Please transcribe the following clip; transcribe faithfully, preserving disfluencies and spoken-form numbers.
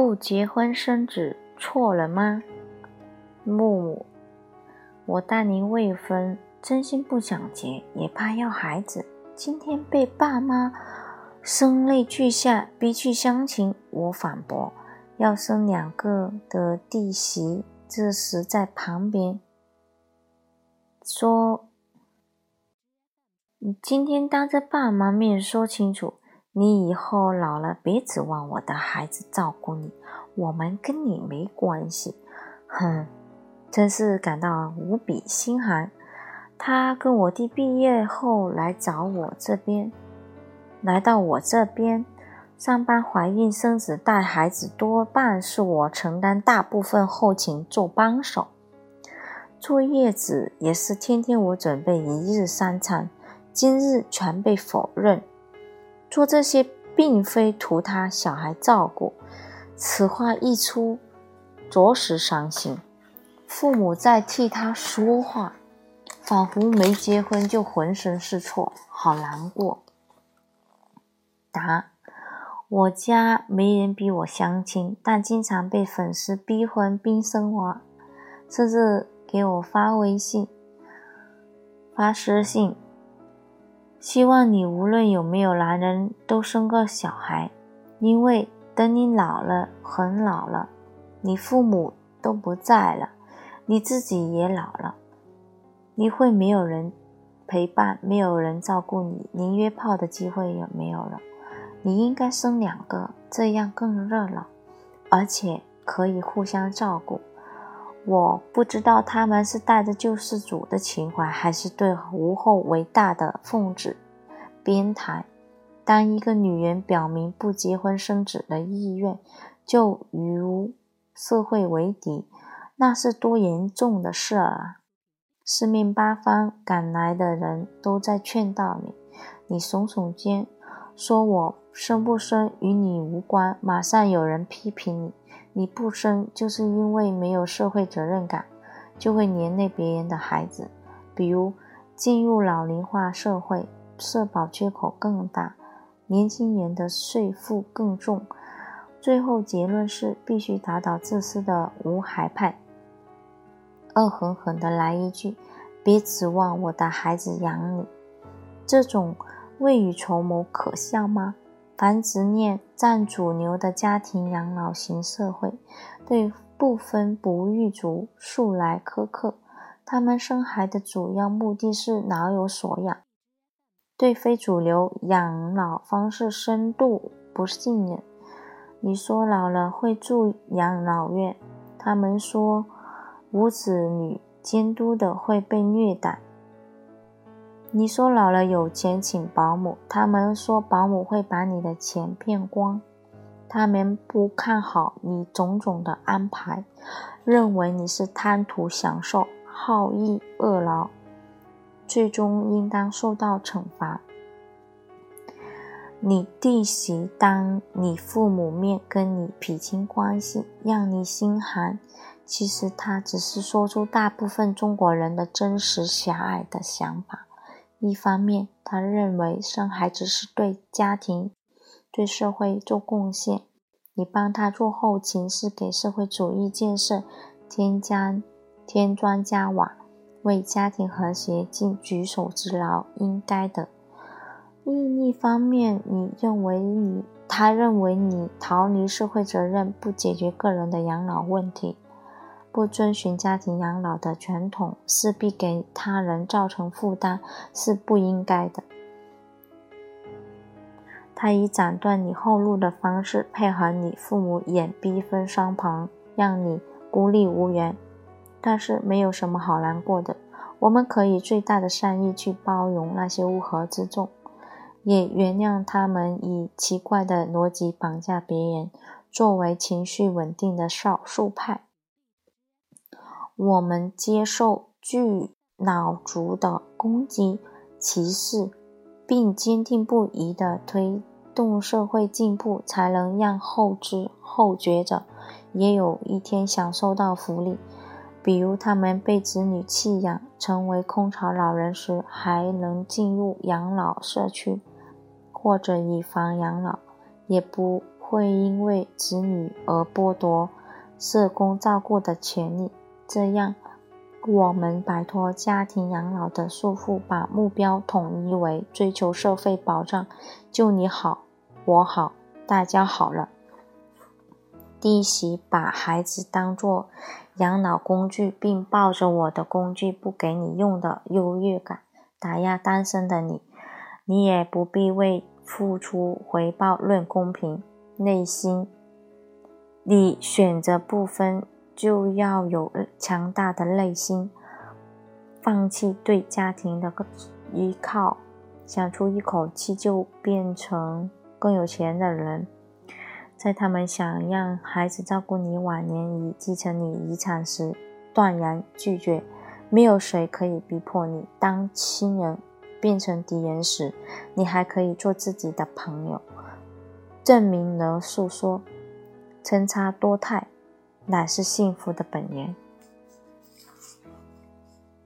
不结婚生子错了吗？木木，我大龄未婚，真心不想结，也怕要孩子。今天被爸妈声泪俱下逼去相亲，我反驳要生两个的弟媳这时在旁边说，你今天当着爸妈面说清楚，你以后老了别指望我的孩子照顾你，我们跟你没关系。哼，真是感到无比心寒。他跟我弟毕业后来找我这边，来到我这边上班，怀孕生子带孩子多半是我承担大部分后勤做帮手，坐月子也是天天我准备一日三餐，今日全被否认。做这些并非图他小孩照顾，此话一出着实伤心。父母在替他说话，仿佛没结婚就浑身是错，好难过。答：我家没人逼我相亲，但经常被粉丝逼婚逼生娃，甚至给我发微信发私信，希望你无论有没有男人都生个小孩，因为等你老了很老了，你父母都不在了，你自己也老了，你会没有人陪伴，没有人照顾你，连约炮的机会也没有了。你应该生两个，这样更热闹，而且可以互相照顾。我不知道他们是带着救世主的情怀，还是对无后为大的奉旨编排。当一个女人表明不结婚生子的意愿，就与社会为敌，那是多严重的事啊！四面八方赶来的人都在劝导你，你耸耸肩，说我生不生与你无关，马上有人批评你，你不生就是因为没有社会责任感，就会连累别人的孩子。比如进入老龄化社会，社保缺口更大，年轻人的税负更重，最后结论是必须打倒自私的无孩派，恶狠狠地来一句，别指望我的孩子养你。这种未雨绸缪可笑吗？凡执念占主流的家庭养老型社会，对不婚不育族素来苛刻，他们生孩的主要目的是老有所养，对非主流养老方式深度不信任。你说老了会住养老院，他们说无子女监督的会被虐待。你说老了有钱请保姆，他们说保姆会把你的钱骗光。他们不看好你种种的安排，认为你是贪图享受，好逸恶劳，最终应当受到惩罚。你弟媳当你父母面跟你撇清关系，让你心寒，其实他只是说出大部分中国人的真实狭隘的想法。一方面，他认为生孩子是对家庭、对社会做贡献，你帮他做后勤是给社会主义建设添加添砖加瓦，为家庭和谐尽举手之劳，应该的。另一方面，你认为你他认为你逃离社会责任，不解决个人的养老问题，不遵循家庭养老的传统，势必给他人造成负担，是不应该的。他以斩断你后路的方式配合你父母演逼分双旁，让你孤立无援，但是没有什么好难过的。我们可以最大的善意去包容那些乌合之众，也原谅他们以奇怪的逻辑绑架别人，作为情绪稳定的少数派。我们接受巨脑族的攻击、歧视，并坚定不移地推动社会进步，才能让后知后觉者也有一天享受到福利。比如他们被子女弃养，成为空巢老人时，还能进入养老社区，或者以房养老，也不会因为子女而剥夺社工照顾的权利。这样，我们摆脱家庭养老的束缚，把目标统一为追求社会保障，就你好，我好，大家好了。第一席把孩子当作养老工具，并抱着我的工具不给你用的优越感打压单身的你，你也不必为付出回报论公平。内心里选择部分就要有强大的内心，放弃对家庭的依靠，想出一口气就变成更有钱的人。在他们想让孩子照顾你晚年以继承你遗产时，断然拒绝。没有谁可以逼迫你。当亲人变成敌人时，你还可以做自己的朋友。证明了诉说，参差多态乃是幸福的本源。